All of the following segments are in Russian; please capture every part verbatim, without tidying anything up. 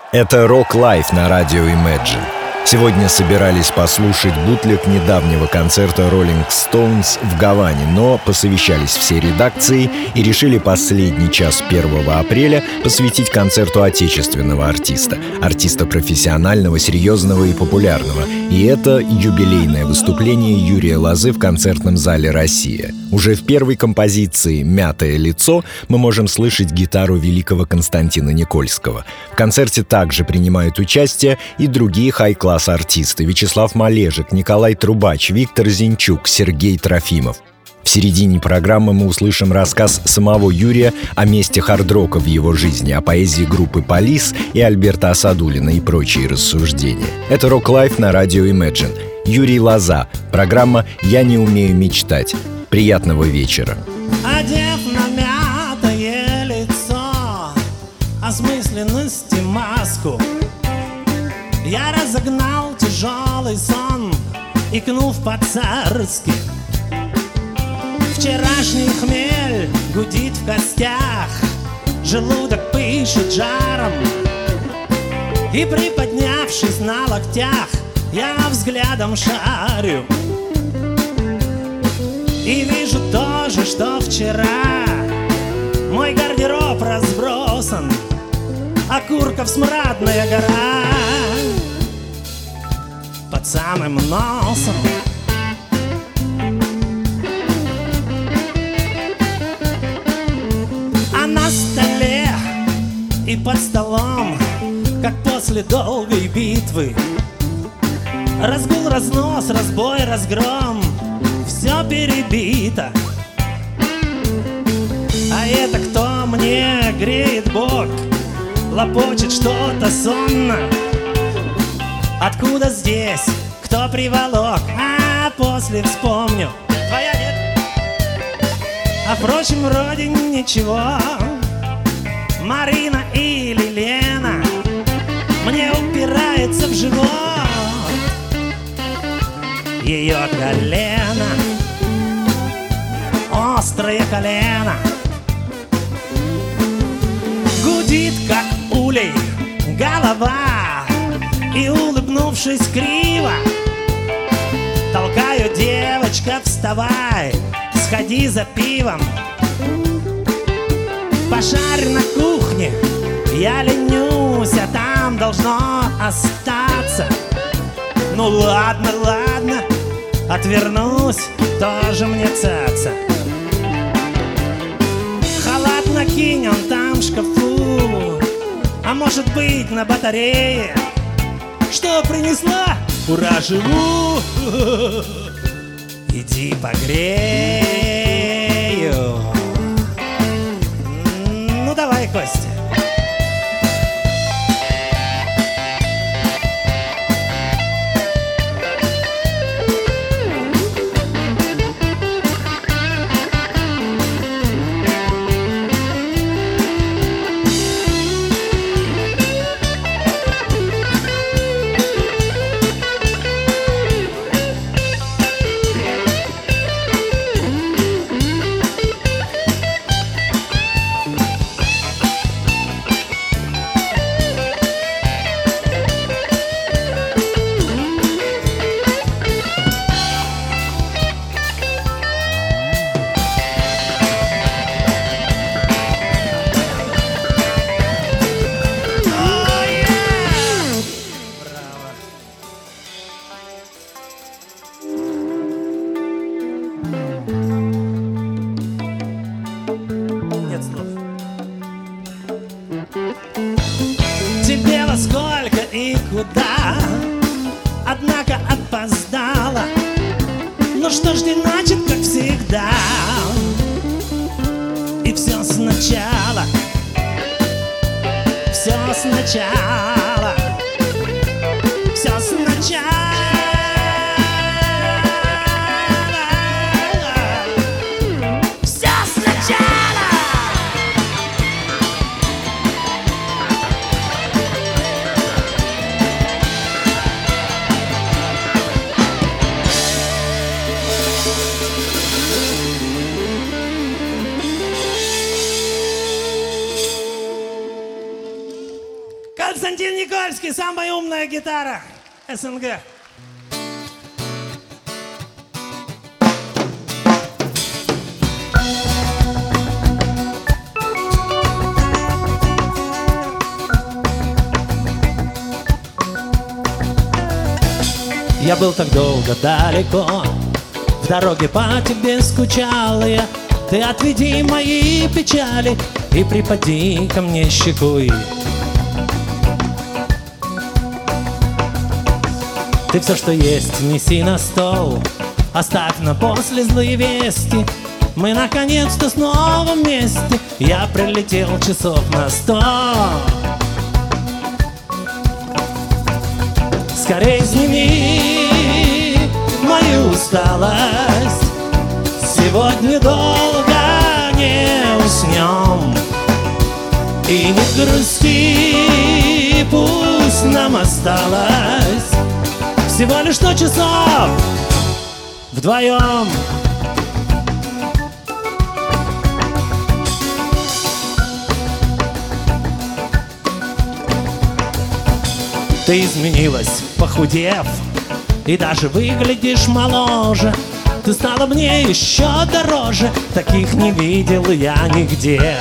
Это Rock Life на радио Imagine. Сегодня собирались послушать бутлег недавнего концерта Rolling Stones в Гаване, но посовещались все редакции и решили последний час первого апреля посвятить концерту отечественного артиста. Артиста профессионального, серьезного и популярного. И это юбилейное выступление Юрия Лозы в концертном зале «Россия». Уже в первой композиции «Мятое лицо» мы можем слышать гитару великого Константина Никольского. В концерте также принимают участие и другие хай-класс артисты: Вячеслав Малежик, Николай Трубач, Виктор Зинчук, Сергей Трофимов. В середине программы мы услышим рассказ самого Юрия о месте хард-рока в его жизни, о поэзии группы «Полис» и Альберта Асадуллина и прочие рассуждения. Это Rock Life на радио Imagine. Юрий Лоза. Программа «Я не умею мечтать». Приятного вечера. Одев на мятое лицо осмысленности маску, я разогнал тяжелый сон, икнув по-царски. Вчерашний хмель гудит в костях, желудок пышет жаром, и, приподнявшись на локтях, я взглядом шарю и вижу то же, что вчера. Мой гардероб разбросан, окурков смрадная гора под самым носом. А на столе и под столом, как после долгой битвы, разгул, разнос, разбой, разгром, все перебито. А это кто мне греет бок, лопочет что-то сонно? Откуда здесь, кто приволок? А после вспомню, твоя нет. А впрочем, вроде ничего. Марина или Лена мне упирается в живот ее колено, острое колено. Гудит, как улей, голова, и, улыбнувшись криво, толкаю: девочка, вставай, сходи за пивом. Пошарь на кухне, я ленюсь, а там должно остаться. Ну ладно, ладно, отвернусь, тоже мне цаца. Халат накинь, он там в шкафу, а может быть на батарее. Что принесла? Ура, живу! Иди погрею. Ну давай, Костя. Тебе во сколько и куда, однако опоздала. Ну что ж, иначе, как всегда. И все сначала, все сначала, все сначала. Константин Никольский, самая умная гитара СНГ. Я был так долго далеко, в дороге по тебе скучал я. Ты отведи мои печали и припади ко мне щекой. Ты все, что есть, неси на стол, оставь на после злые вести. Мы наконец-то снова вместе. Я прилетел часов на сто. Скорей сними мою усталость. Сегодня долго не уснем. И не грусти, пусть нам осталось всего лишь сто часов вдвоем. Ты изменилась, похудев, и даже выглядишь моложе. Ты стала мне еще дороже, таких не видел я нигде.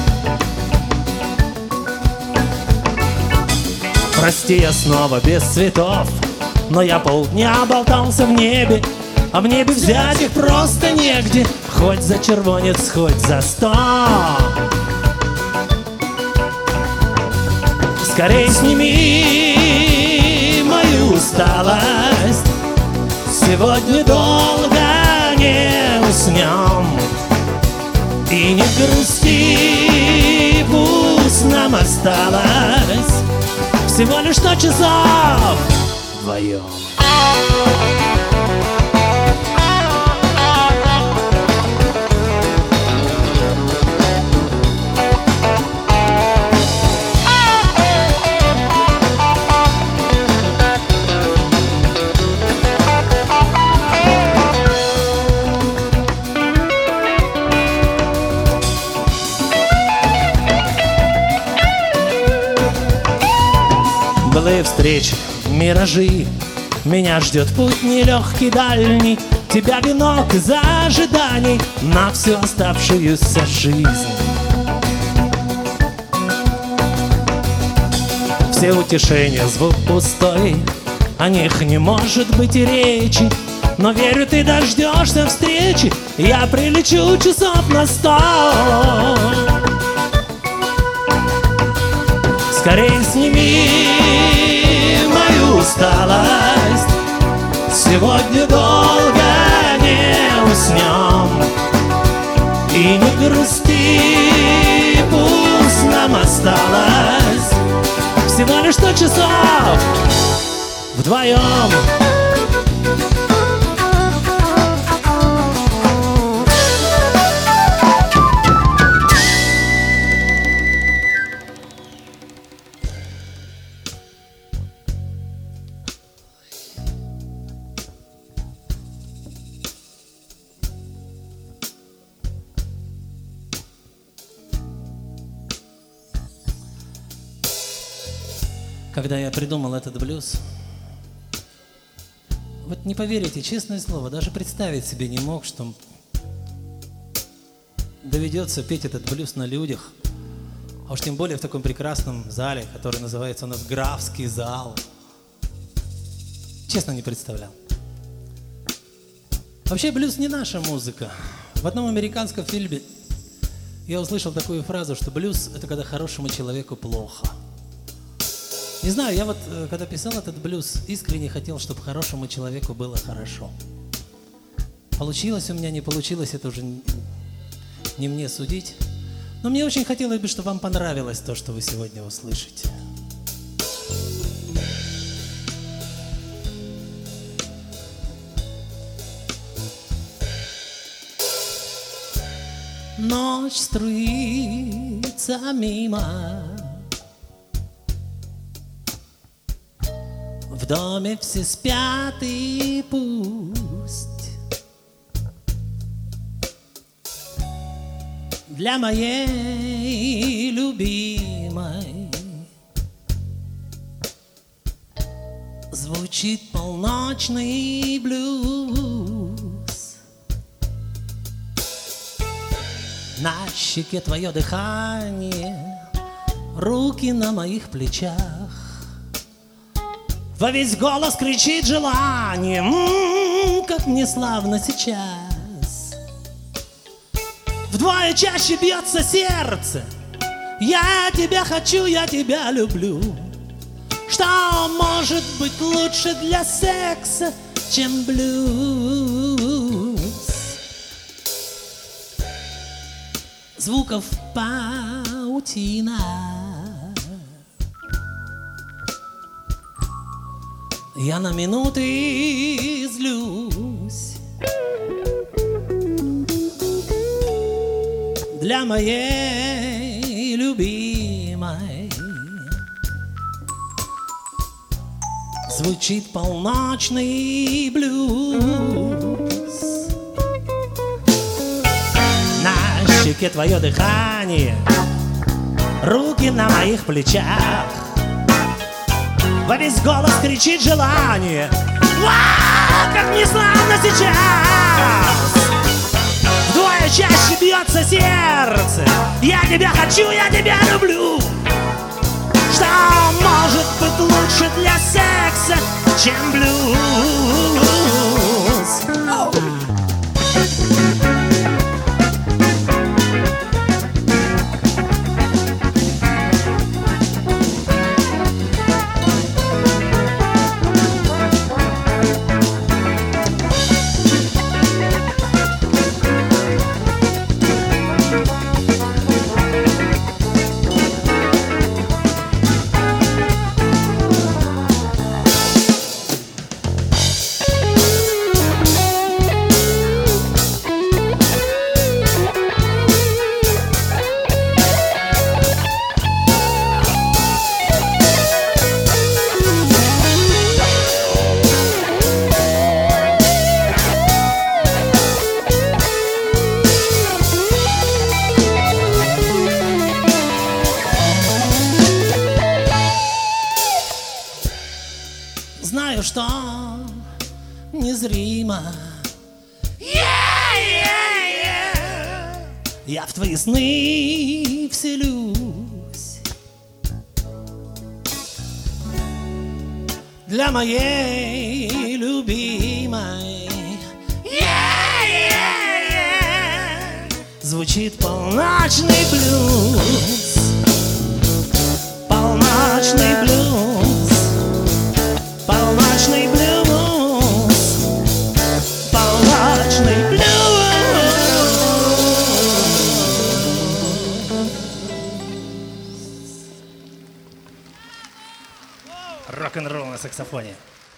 Прости, я снова без цветов, но я полдня болтался в небе, а в небе взять их просто негде. Хоть за червонец, хоть за сто. Скорей сними мою усталость. Сегодня долго не уснем. И не грусти, пусть нам осталось всего лишь сто часов вдвоем. Былые встречи, миражи, меня ждет путь нелегкий, дальний. Тебя венок из ожиданий на всю оставшуюся жизнь. Все утешения, звук пустой, о них не может быть и речи. Но верю, ты дождешься встречи, я прилечу часов на сто. Скорей сними мою усталость. Сегодня долго не уснем. И не грусти, пусть нам осталось всего лишь сто часов вдвоем. Когда я придумал этот блюз, вот не поверите, честное слово, даже представить себе не мог, что доведется петь этот блюз на людях, а уж тем более в таком прекрасном зале, который называется у нас Графский зал. Честно, не представлял. Вообще блюз не наша музыка. В одном американском фильме я услышал такую фразу, что блюз — это когда хорошему человеку плохо. Не знаю, я вот, когда писал этот блюз, искренне хотел, чтобы хорошему человеку было хорошо. Получилось у меня, не получилось, это уже не мне судить. Но мне очень хотелось бы, чтобы вам понравилось то, что вы сегодня услышите. Ночь струится мимо. В доме все спят и пусть. Для моей любимой Звучит полночный блюз. На щеке твое дыхание, руки на моих плечах. Во весь голос кричит желание, м-м, как мне славно сейчас. Вдвое чаще бьется сердце. Я тебя хочу, я тебя люблю. Что может быть лучше для секса, чем блюз? Звуков паутина. Я на минуты злюсь. Для моей любимой звучит полночный блюз. На щеке твое дыхание, руки на моих плечах. Во весь голос кричит желание, вау, как мне славно сейчас. Вдвое чаще бьется сердце. Я тебя хочу, я тебя люблю. Что может быть лучше для секса, чем блюз? Знаю, что незримо yeah, yeah, yeah. Я в твои сны вселюсь. Для моей любимой yeah, yeah, yeah. Звучит полночный блюз. Полночный блюз. Полночный блюз. Полночный блюз. Рок-н-ролл на саксофоне.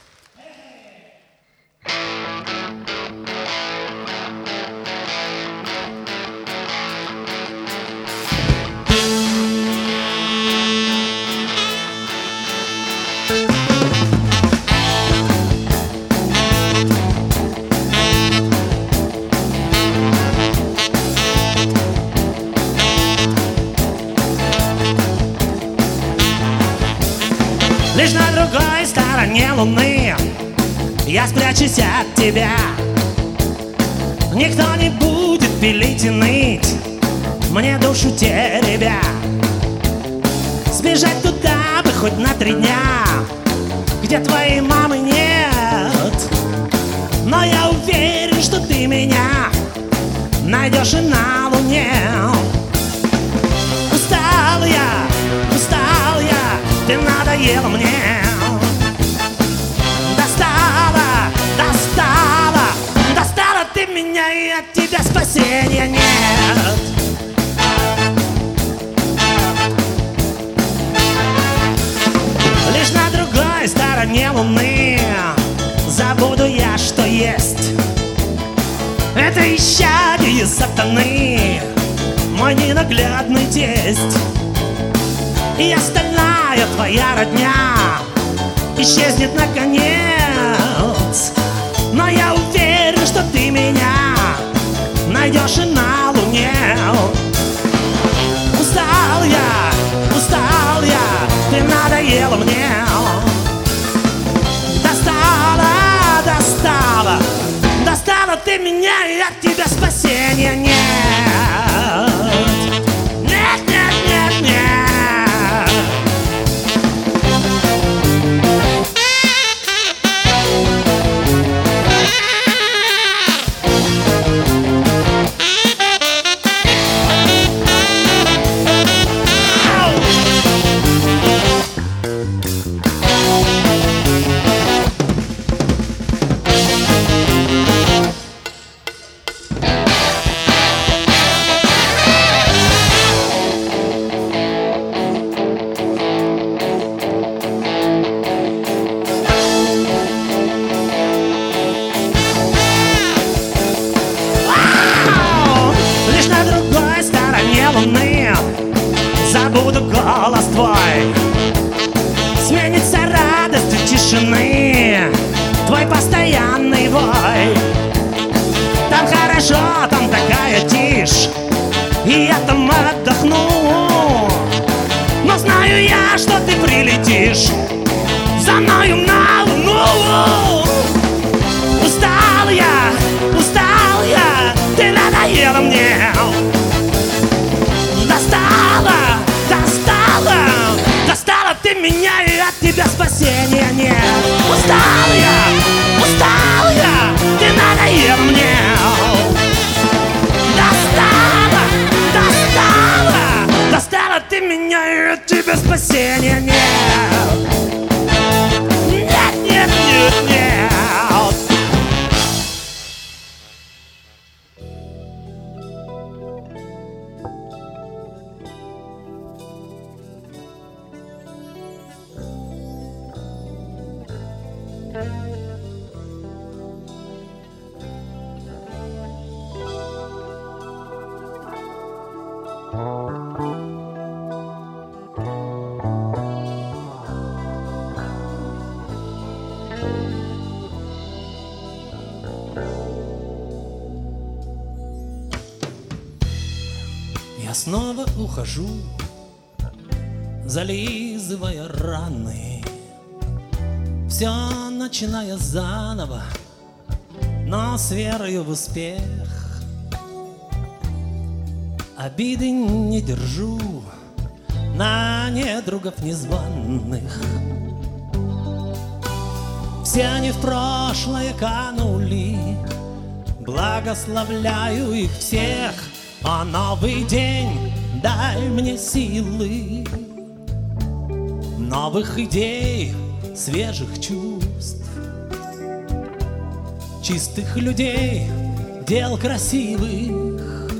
Лишь на другой стороне луны я спрячусь от тебя. Никто не будет пилить и ныть, мне душу теребя. Сбежать туда бы хоть на три дня, где твоей мамы нет. Но я уверен, что ты меня найдешь и на луне. Устал я, устал я, ты надоела мне. Достала, достала, достала ты меня, и от тебя спасения нет. Лишь на другой стороне луны забуду я, что есть. Это исчадие сатаны, мой ненаглядный тесть. И остальная твоя родня исчезнет наконец. Но я уверен, что ты меня найдешь и на луне. Устал я, устал я, ты надоела мне. ты меня, и от тебя спасения нет. Нет, нет, нет, нет. Забуду голос твой, сменится радостью тишины твой постоянный вой. Там хорошо, там такая тишь, и я там отдохну. Но знаю я, что ты прилетишь за мною на луну. Устал я, устал я, ты надоела мне. Достала, достала, достала ты меня, и от тебя спасения нет. Устал я, устал я, ты надоел мне. Достала, достала, достала ты меня, и от тебя спасения нет. Нет, нет, нет, нет. Я снова ухожу, зализывая раны, все начиная заново, но с верою в успех. Обиды не держу на недругов незваных. Все они в прошлое канули, благословляю их всех. А новый день дай мне силы, новых идей, свежих чувств, чистых людей, дел красивых.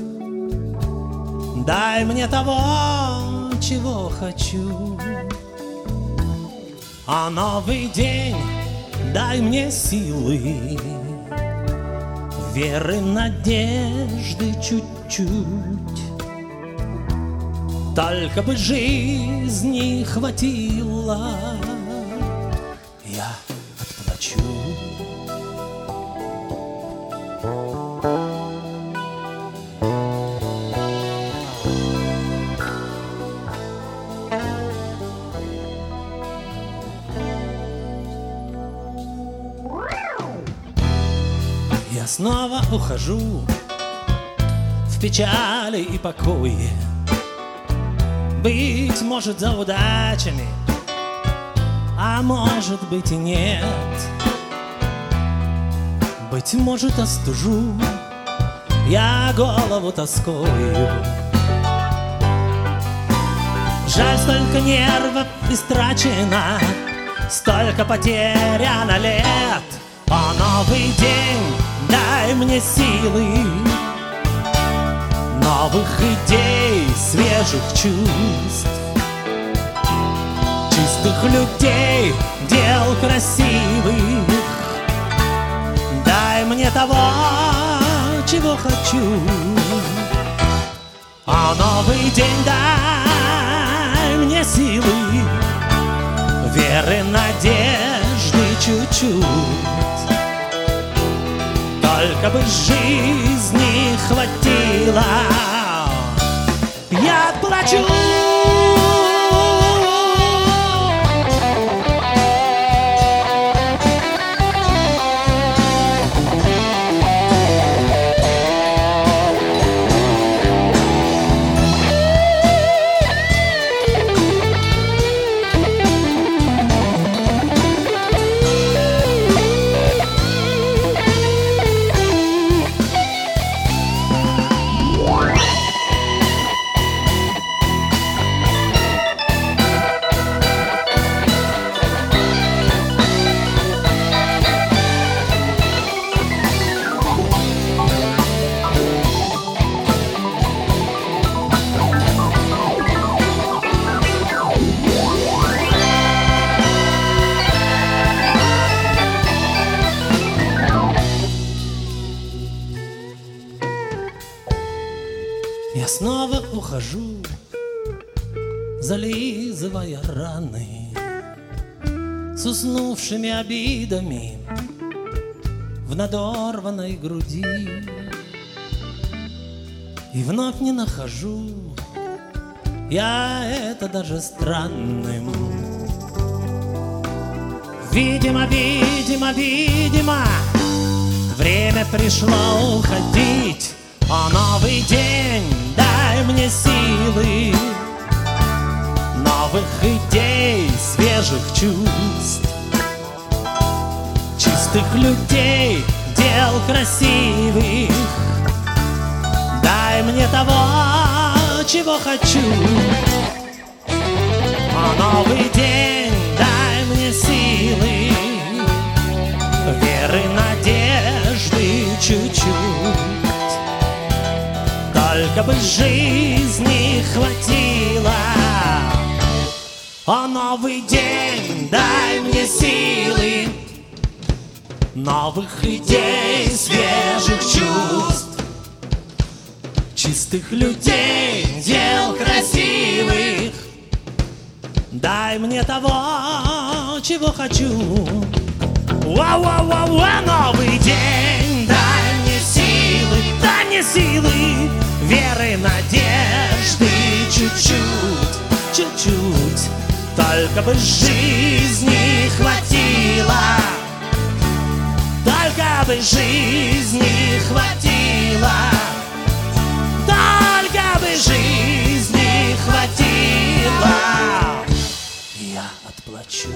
Дай мне того, чего хочу. А новый день дай мне силы, веры, надежды чуть-чуть. Только бы жизни хватило, я отплачу. Я снова ухожу в печали и покое, быть может, за удачами, а может быть и нет. Быть может, остужу я голову тоскою. Жаль, столько нервов истрачено, столько потеряно лет. А новый день дай мне силы, новых идей, свежих чувств, чистых людей, дел красивых. Дай мне того, чего хочу. А новый день дай мне силы, веры, надежды чуть-чуть. Только бы жизни хватило, я отплачу. хожу, зализывая раны, с уснувшими обидами в надорванной груди. И вновь не нахожу я это даже странным. Видимо, видимо, видимо, время пришло уходить. О, новый день, дай мне силы, новых идей, свежих чувств, чистых людей, дел красивых. Дай мне того, чего хочу. О, новый день, дай мне силы, веры, надежды чуть-чуть. Только бы жизни хватило. О, новый день, дай мне силы, новых идей, свежих чувств, чистых людей, дел красивых. Дай мне того, чего хочу. Вау-вау-вау-вау, новый день, дай мне силы, дай мне силы, веры, надежды чуть-чуть, чуть-чуть. Только бы жизни хватило, только бы жизни хватило, только бы жизни хватило. Я отплачу.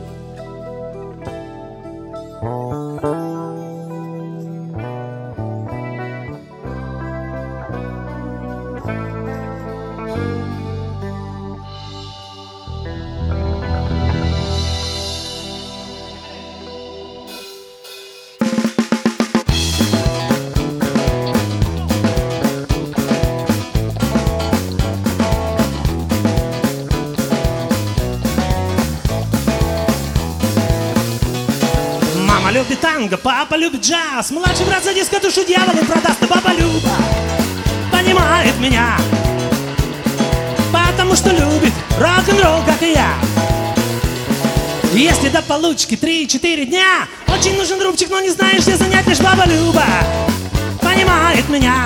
Мама любит танго, папа любит джаз, младший брат за диско душу дьяволу продаст. Но баба Люба понимает меня, потому что любит рок-н-ролл, как и я. Если до получки три-четыре дня, очень нужен рубчик, но не знаешь, где занять, лишь баба Люба понимает меня.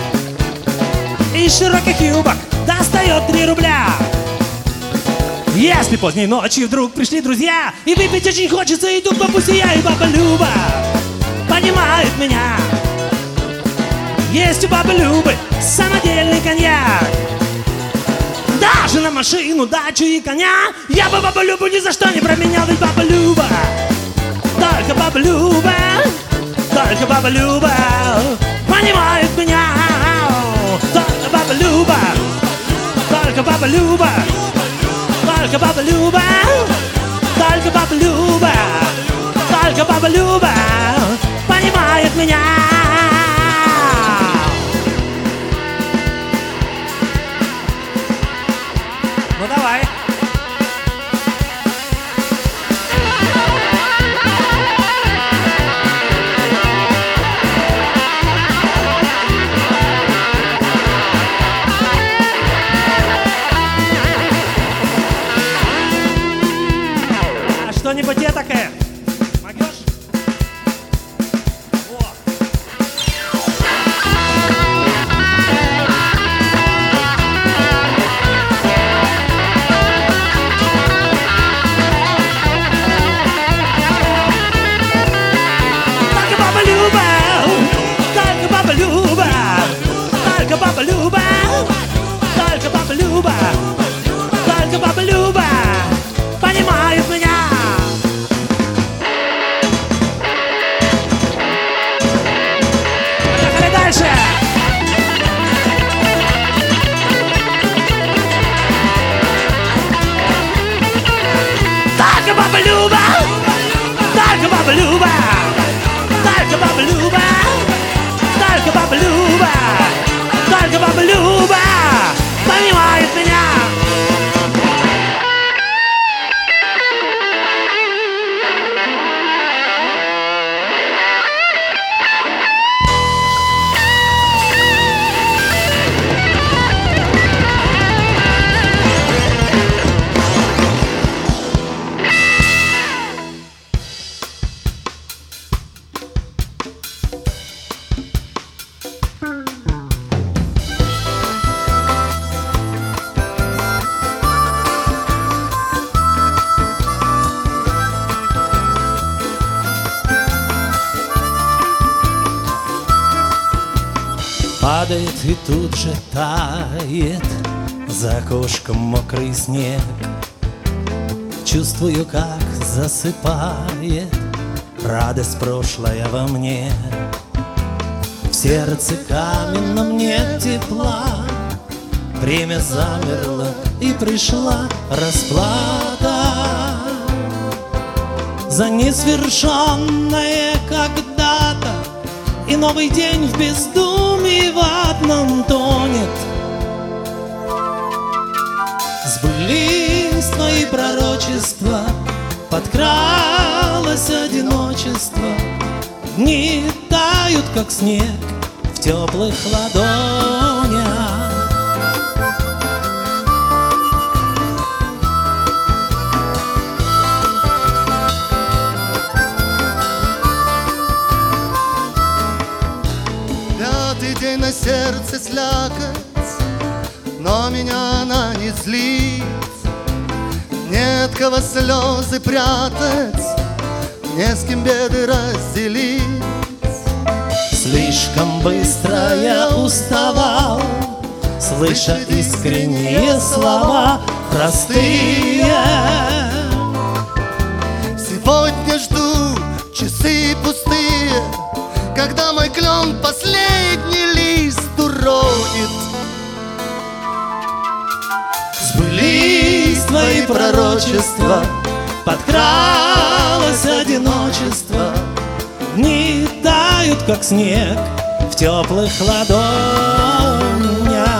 Из широких юбок достает три рубля. Если поздней ночью вдруг пришли друзья и выпить очень хочется, и тут бабуся я, и баба Люба понимает меня. Есть у бабы Любы самодельный коньяк. Даже на машину, дачу и коня я бы бабу Любу ни за что не променял, ведь баба Люба, только баба Люба, только баба Люба понимает меня. Только баба Люба, только баба Люба, только баба Люба, только баба Люба, только баба Люба понимает меня. Ну давай. Что-нибудь я такая? Могешь? О. Только баба Люба, только баба Люба, только баба Люба, только баба Люба, только баба Люба понимает меня. Только баба Люба, только баба Люба, только баба Люба, только баба Люба, только баба Люба понимает меня. Падает и тут же тает за окошком мокрый снег. Чувствую, как засыпает радость прошлая во мне. В сердце каменном нет тепла, время замерло и пришла расплата за несвершенное когда-то, и новый день в бездумии в одном тонет. Сбылись твои пророчества, подкралось одиночество. Дни тают, как снег в теплых ладонях. Пятый день на сердце слякоть, но меня она не злит. Нет кого слезы прятать, не с кем беды разделить. Слишком быстро я уставал, слыша искренние слова простые. Сегодня жду часы пустые, когда мой клен последний лист уронит. Сбылись твои пророчества, подкралось одиночество. Дни тают, как снег в теплых ладонях.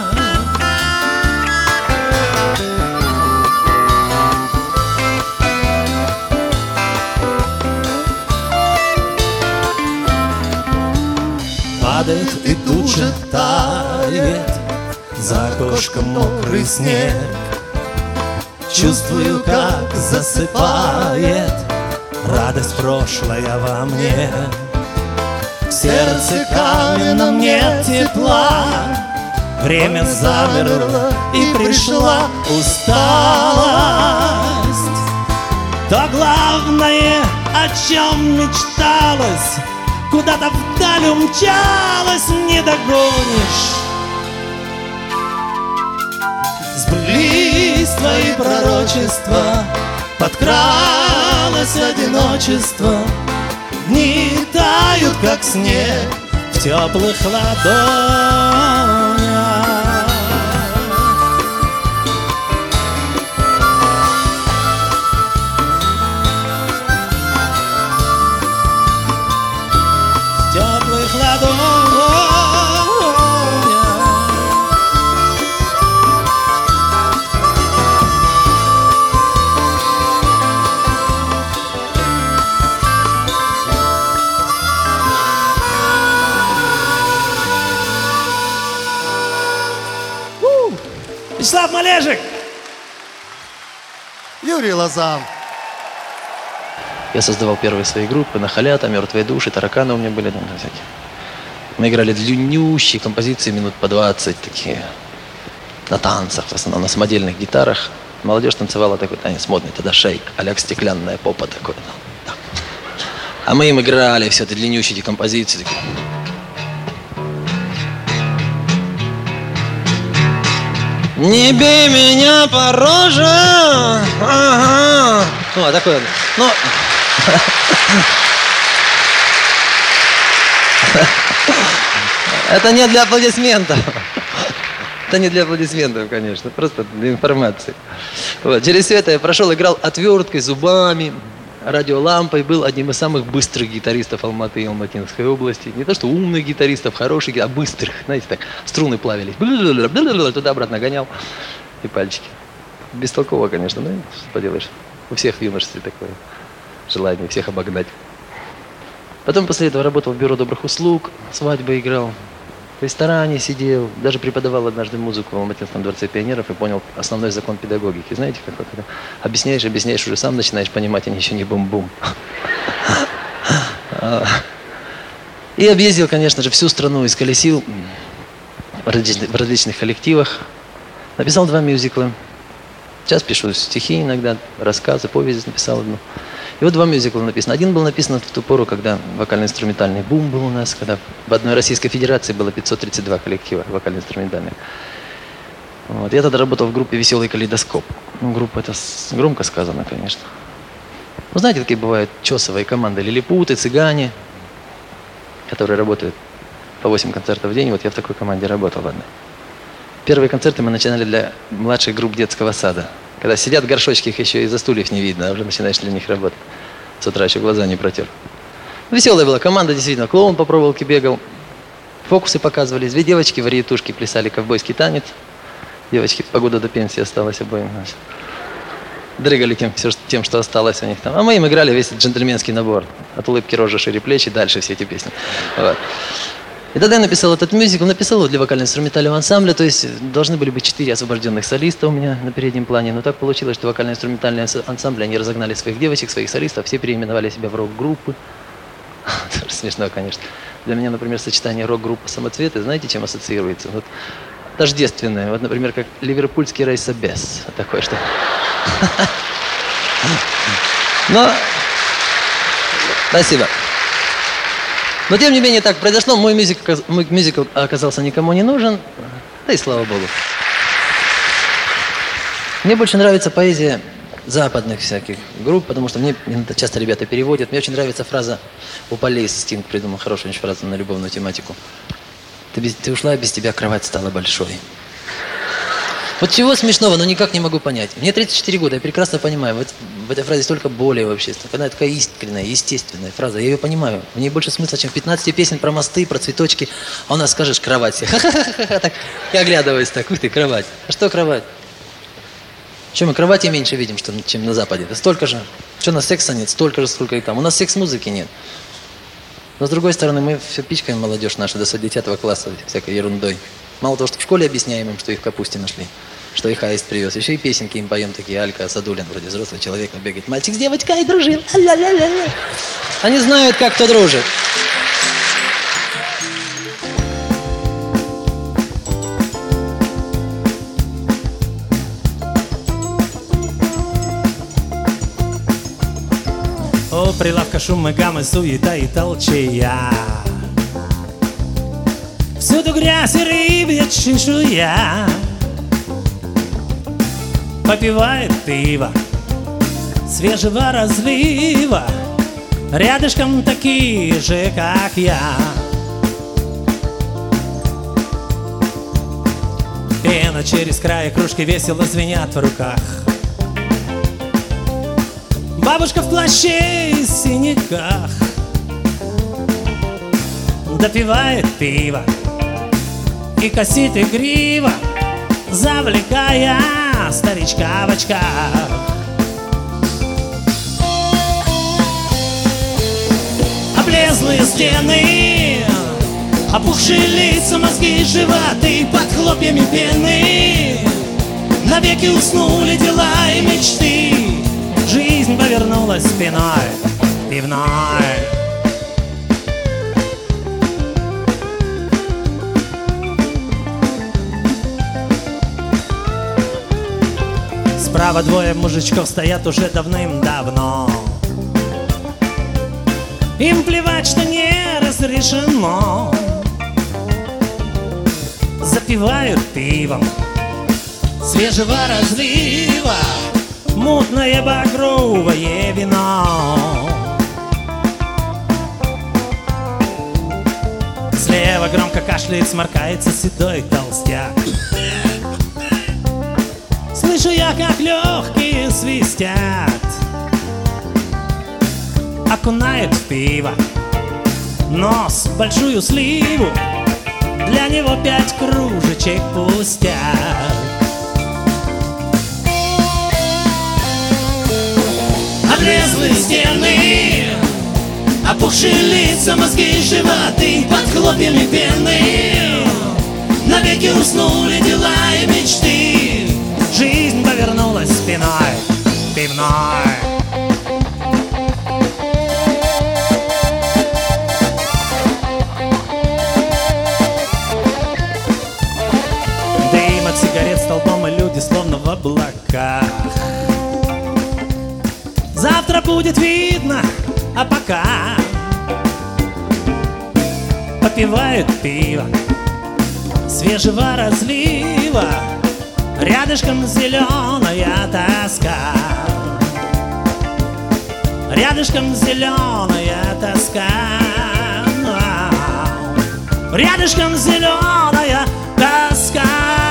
Падает и тут же тает за окошком мокрый снег. Чувствую, как засыпает радость прошлая во мне. В сердце каменном нет тепла, время замерло и пришла усталость. То главное, о чем мечталось, куда-то вдаль умчалось, не догонишь. Сбылись твои пророчества, подкралось одиночество. Дни тают, как снег в теплых ладонях. В теплых ладонях. Вячеслав Малежик. Юрий Лозан. Я создавал первые свои группы, Нахалята, Мертвые души, Тараканы у меня были там всякие. Мы играли длиннющие композиции, минут по двадцать, такие, на танцах, в основном на самодельных гитарах. Молодежь танцевала такой танец модный, тогда шейк, а-ля стеклянная попа такой. Да. А мы им играли все это длиннющие эти композиции. Такие. Не бей меня по роже. Ага. Ну, а такое. Ну. Это не для аплодисментов. Это не для аплодисментов, конечно. Просто для информации. Вот. Через все это я прошел, играл отверткой, зубами, радиолампой. Был одним из самых быстрых гитаристов Алматы и Алматинской области. Не то, что умных гитаристов, хороших, а быстрых. Знаете, так, струны плавились. Туда-обратно гонял. И пальчики. Бестолково, конечно, но что поделаешь. У всех в юношестве такое желание, всех обогнать. Потом после этого работал в бюро добрых услуг, свадьбы играл, в ресторане сидел, даже преподавал однажды музыку в Алматинском дворце пионеров и понял основной закон педагогики. Знаете, как вот это? Объясняешь, объясняешь, уже сам начинаешь понимать, они еще не бум-бум. И объездил, конечно же, всю страну, исколесил в различных коллективах. Написал два мюзикла. Сейчас пишу стихи иногда, рассказы, повесть написал одну. И вот два мюзикла написаны. Один был написан в ту пору, когда вокально-инструментальный бум был у нас, когда в одной Российской Федерации было пятьсот тридцать два коллектива вокально-инструментальных. Вот. Я тогда работал в группе «Веселый калейдоскоп». Ну, группа, это громко сказано, конечно. Ну, знаете, какие бывают чесовые команды, лилипуты, цыгане, которые работают по восемь концертов в день. Вот я в такой команде работал в одной. Первые концерты мы начинали для младших групп детского сада. Когда сидят горшочки, их еще из-за стульев не видно, а уже начинаешь для них работать. С утра еще глаза не протер. Веселая была команда, действительно. Клоун по проволоке бегал. Фокусы показывались. Две девочки в варьетушке плясали ковбойский танец. Девочки, погода до пенсии осталась обоим. Дрыгали тем, все, тем, что осталось у них там. А мы им играли весь джентльменский набор. От улыбки рожи шире плечи, дальше все эти песни. Вот. И тогда я написал этот мюзикл, написал его для вокально-инструментального ансамбля, то есть должны были быть четыре освобожденных солиста у меня на переднем плане, но так получилось, что вокально-инструментальные ансамбли, они разогнали своих девочек, своих солистов, все переименовали себя в рок-группы. Тоже смешно, конечно. Для меня, например, сочетание рок-группа «Самоцветы», знаете, чем ассоциируется? Вот тождественное, вот, например, как ливерпульский рейсобес, такое что. Но, спасибо. Но, тем не менее, так произошло. Мой мюзикл, мой мюзикл оказался никому не нужен. Да и слава богу. Мне больше нравится поэзия западных всяких групп, потому что мне часто ребята переводят. Мне очень нравится фраза у Полей, Стинг придумал хорошую очень фразу на любовную тематику. Ты, без, ты ушла, без тебя кровать стала большой. Вот чего смешного, но никак не могу понять. Мне тридцать четыре года, я прекрасно понимаю, в, в этой фразе столько боли вообще. Она такая искренняя, естественная фраза, я ее понимаю. В ней больше смысла, чем в пятнадцати песен про мосты, про цветочки. А у нас скажешь кровать себе. Ха-ха-ха-ха, так, я оглядываюсь так, ух ты, кровать. А что кровать? Что мы кровати меньше видим, что, чем на Западе? Да столько же. Что у нас секса нет? Столько же, сколько и там. У нас секс-музыки нет. Но с другой стороны, мы все пичкаем молодежь нашу до десятого класса всякой ерундой. Мало того, что в школе объясняем им, что их в капусте нашли, что их аист привез. Еще и песенки им поем такие. Алька Садулин, вроде взрослый человек, но бегает. Мальчик с девочкой дружил. Ля-ля-ля-ля. Они знают, как кто дружит. У прилавка шум и гаммы, суета и толчая. Всюду грязь и рыбья чешуя. Попивает пиво свежего разлива. Рядышком такие же, как я. Пена через край, кружки весело звенят в руках. Бабушка в плаще и синяках допивает пиво и косит игриво, завлекая старичка в очках. Облезлые стены, опухшие лица, мозги, животы под хлопьями пены. Навеки уснули дела и мечты. Жизнь повернулась спиной пивной. Справа двое мужичков стоят уже давным-давно. Им плевать, что не разрешено. Запивают пивом свежего разлива мутное багровое вино. Слева громко кашляет, сморкается седой толстяк. Слышу я, как легкие свистят. Окунает в пиво нос в большую сливу. Для него пять кружечек пустяк. Облезлые стены, опухшие лица, мозги, животы под хлопьями пены. Навеки уснули дела и мечты. Жизнь повернулась спиной пивной. Дым от сигарет столбом, и люди словно в облаках. Завтра будет видно, а пока попивают пиво свежего разлива, рядышком зеленая тоска, рядышком зеленая тоска, рядышком зеленая тоска.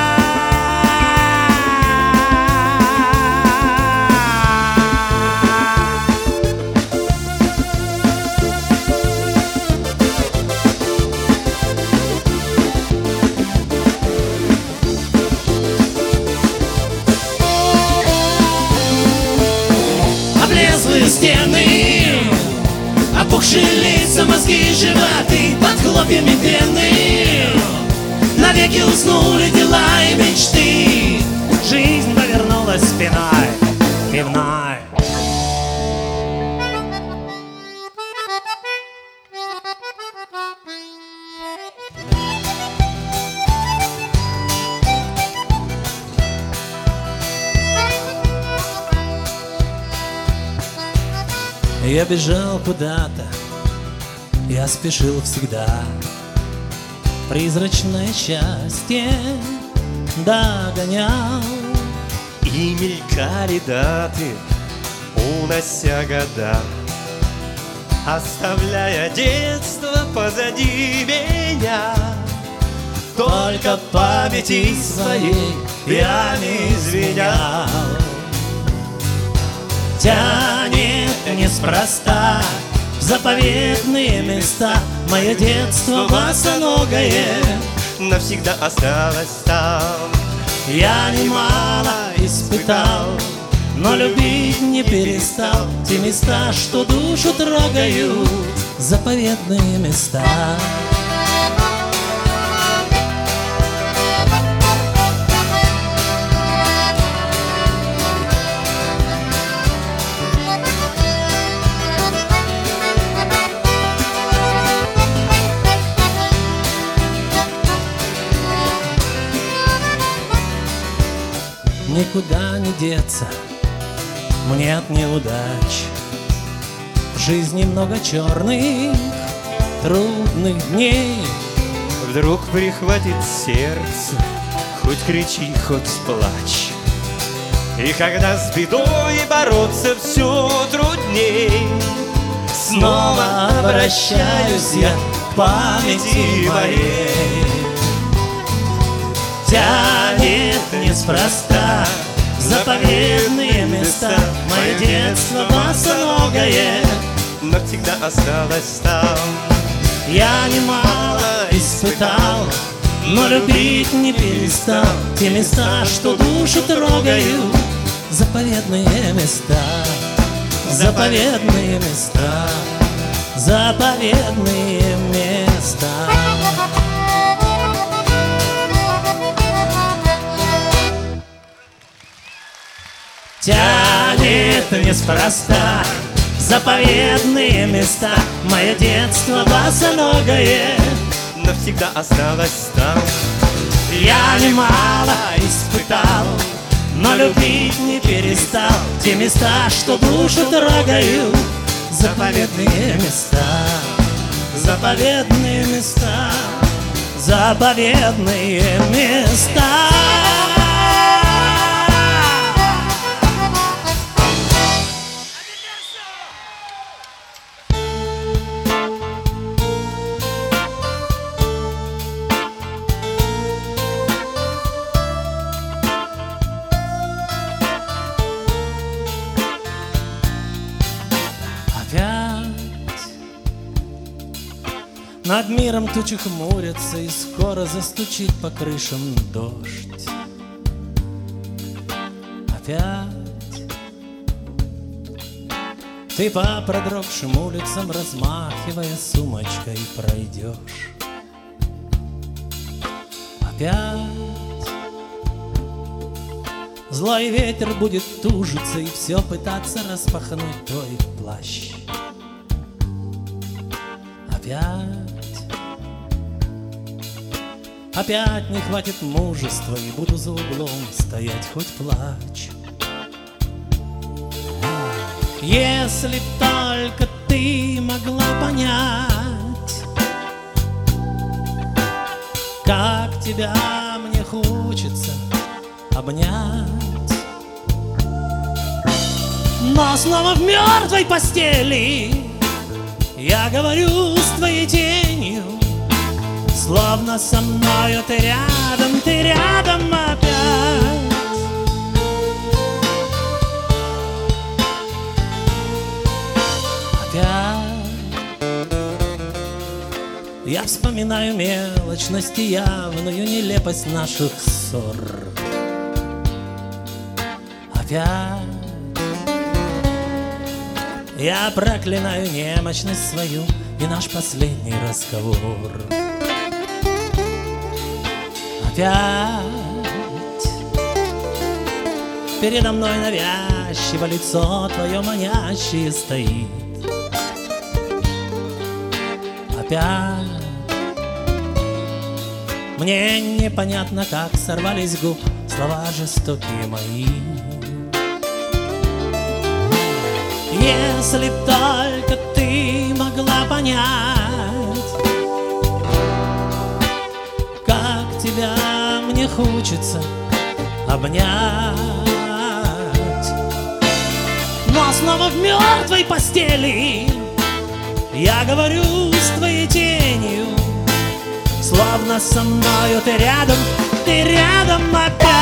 Облезлые стены, опухшие лица, мозги, животы под хлопьями пены. Навеки уснули дела и мечты. Жизнь повернулась спиной пивной. Я бежал куда-то, я спешил всегда. Призрачное счастье догонял. И мелькали даты, унося года, оставляя детство позади меня. Только памяти своей я не извинял. Тянет неспроста в заповедные места. Мое детство босоногое навсегда осталось там. я немало испытал, но любить не перестал. Те места, что душу трогают, заповедные места. Никуда не деться мне от неудач. В жизни много черных, трудных дней. Вдруг прихватит сердце, хоть кричи, хоть плачь. И когда с бедой бороться все трудней, Снова обращаюсь я к памяти моей. Тянет неспроста в заповедные места. Мое детство босоногое навсегда осталось там. я немало испытал, но любить не перестал. Те места, что душу трогают, заповедные места. Заповедные места. Заповедные места. Тянет неспроста в заповедные места. Мое детство босоногое навсегда осталось там. я немало испытал, но любить не перестал. Те места, что душу трогают, заповедные места. Заповедные места. Заповедные места. Над миром тучи хмурятся, и скоро застучит по крышам дождь. Опять ты по продрогшим улицам, размахивая сумочкой, пройдешь. Опять злой ветер будет тужиться и все пытаться распахнуть твой плащ. Опять Опять не хватит мужества, и буду за углом стоять, хоть плачь. Если б только ты могла понять, как тебя мне хочется обнять. Но снова в мертвой постели я говорю с твоей тенью, словно со мною ты рядом, ты рядом опять. Я вспоминаю мелочность и явную нелепость наших ссор. Опять я проклинаю немощность свою и наш последний разговор. Опять передо мной навязчиво лицо твое манящее стоит. Опять мне непонятно, как сорвались с губ слова жестокие мои. Если б только ты могла понять, как тебя мне хочется обнять. Но снова в мертвой постели я говорю с твоей тенью, словно со мною ты рядом, ты рядом опять.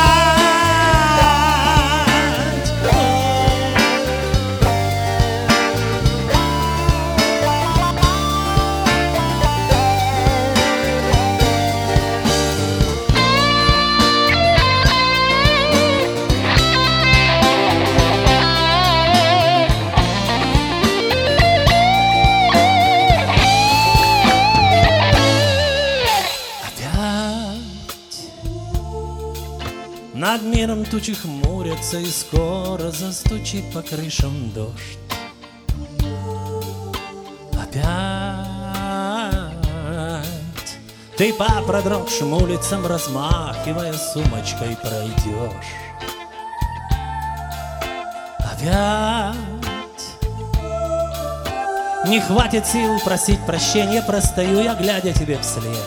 Над миром тучи хмурятся, и скоро застучит по крышам дождь. Опять ты по продрогшим улицам, размахивая сумочкой, пройдешь. Опять не хватит сил просить прощения, простою я, глядя тебе вслед.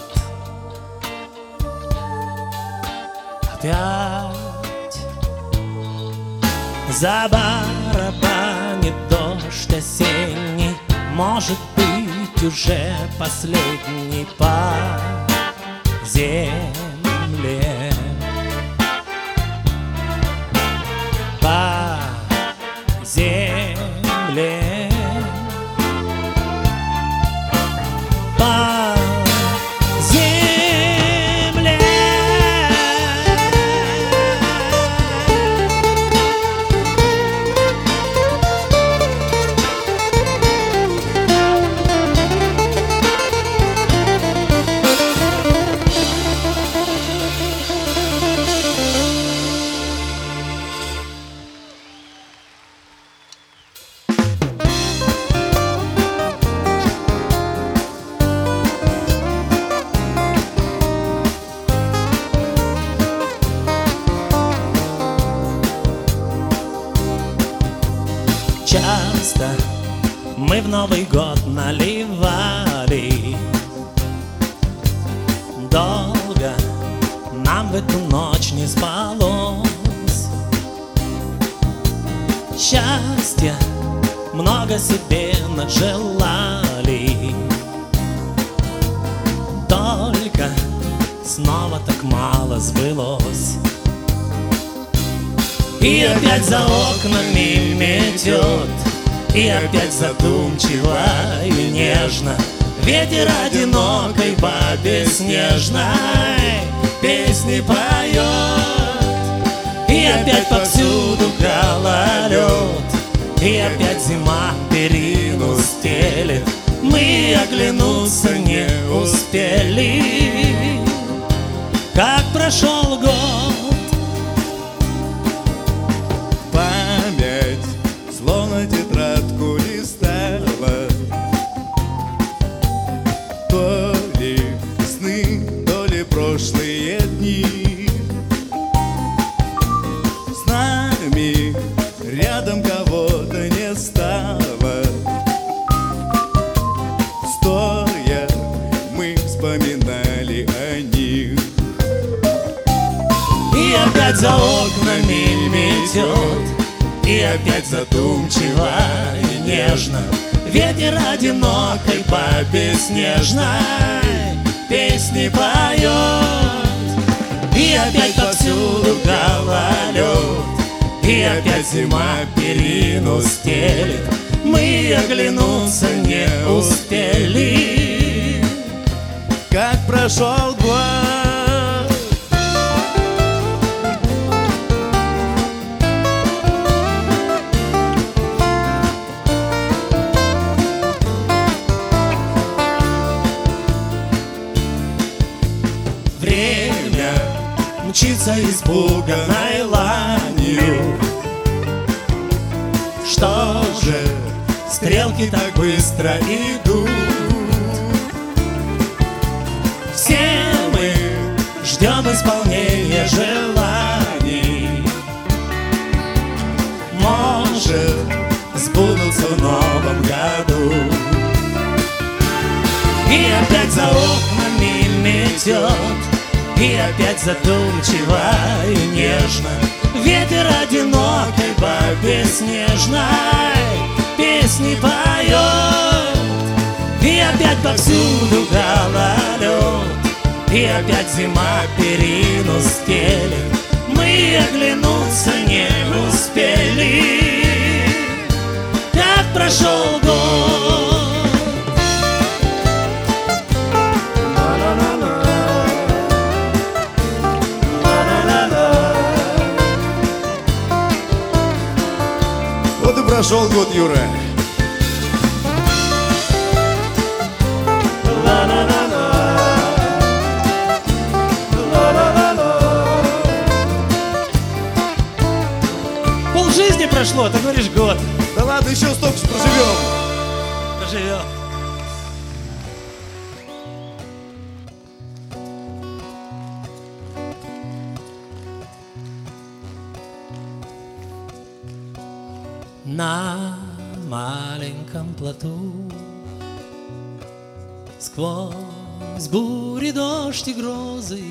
Опять забарабанит дождь осенний, может быть, уже последний по земле. По земле. По земле. Часто мы в Новый год наливали, долго нам в эту ночь не спалось. Счастья много себе наджелали, только снова так мало сбылось. И опять за окнами метет, и опять задумчиво и нежно ветер одинокой бабе снежной песни поет. И опять повсюду гололед, и опять зима перину стелет. Мы оглянуться не успели, как прошел год. Словно тетрадку листала, то ли сны, то ли прошлые дни. С нами рядом кого-то не за окнами метет, и опять задумчиво и нежно ветер одинокой бабе снежной песни поет. И опять повсюду гололед, и опять зима перину стелит. Мы оглянуться не успели, как прошел год. Время мчится испуганной ланью. Что же стрелки так быстро идут? Все мы ждем исполнения желаний. Может, сбудутся в новом году. И опять за окнами метет, и опять задумчиво и нежно ветер одинокой бабе снежной песни поет. И опять повсюду гололед, и опять зима перину стелит. Мы оглянуться не успели, как прошел год. Вот и прошел год, Юра. Пол жизни прошло, а ты говоришь год. Да ладно, еще столько же проживем. Проживем. На маленьком плоту сквозь бури, дождь и грозы,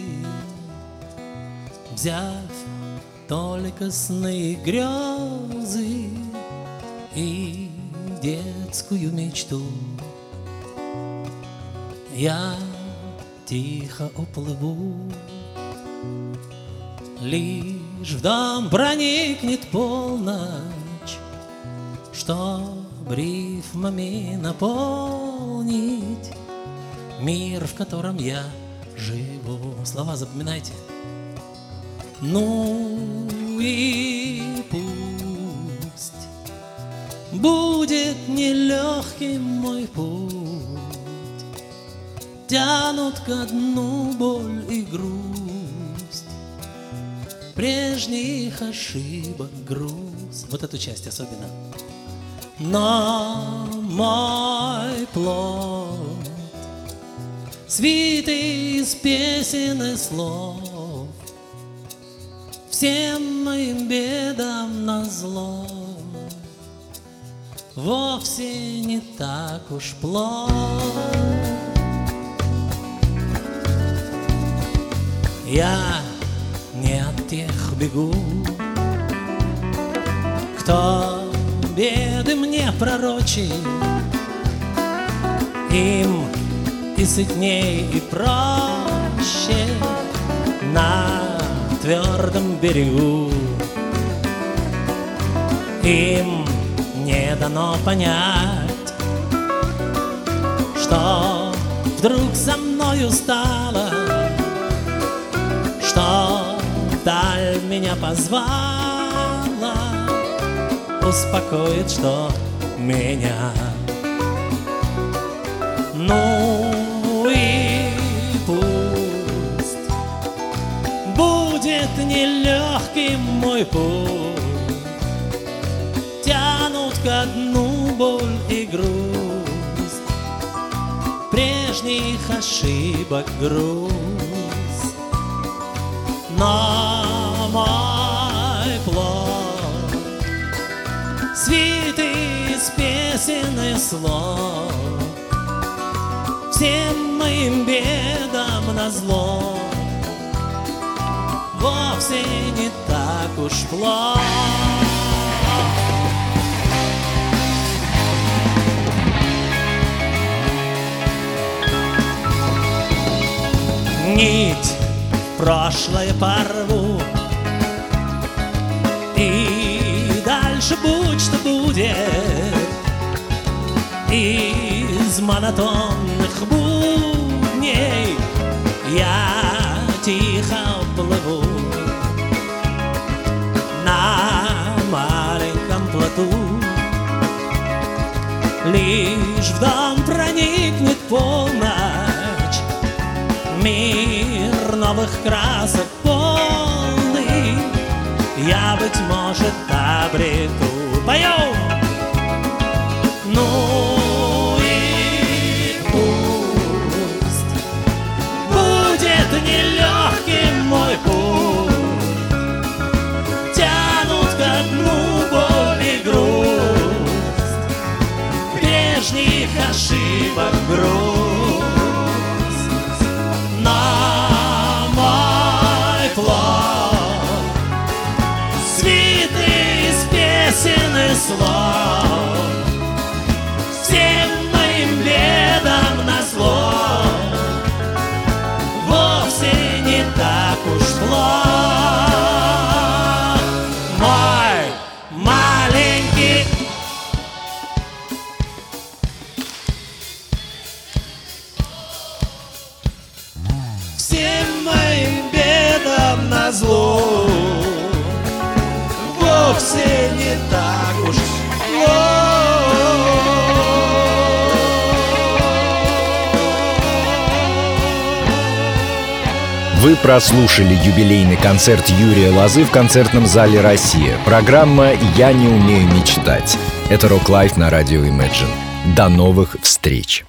взяв только сны и грезы и детскую мечту, я тихо уплыву. Лишь в дом проникнет полночь, чтоб рифмами наполнить мир, в котором я живу. Слова запоминайте. Ну и пусть будет нелегким мой путь, тянут ко дну боль и грусть, прежних ошибок груз. Вот эту часть особенно. Но мой плод, свитый из песен и слов, всем моим бедам назло, вовсе не так уж плох. Я не от тех бегу, кто беды мне пророчит, им и сытней, и проще на твердом берегу. Им не дано понять, что вдруг со мною стало, что вдаль меня позвала, успокоит, что меня. Ну и пусть будет нелегким мой путь, тянут ко дну боль и грусть, прежних ошибок груз. Но мой плод, свитый из песен и слов, всем моим бедам назло, вовсе не уж плохо. Нить в прошлое порву, и дальше будь что будет. Из монотонных будней я тихо плыву на маленьком плоту. Лишь в дом проникнет полночь, мир новых красок полный, я, быть может, обрету. Поем! Ну и пусть будет нелегким мой путь, тянут ко дну боль и грусть, прежних ошибок грусть. Песен и слов, всем моим бедам назло, вовсе не так уж плохо. Мой маленький всем моим бедам назло, вовсе не так уж плохо. Вы прослушали юбилейный концерт Юрия Лозы в концертном зале «Россия». Программа «Я не умею мечтать». Это Рок Лайф на радио Imagine. До новых встреч!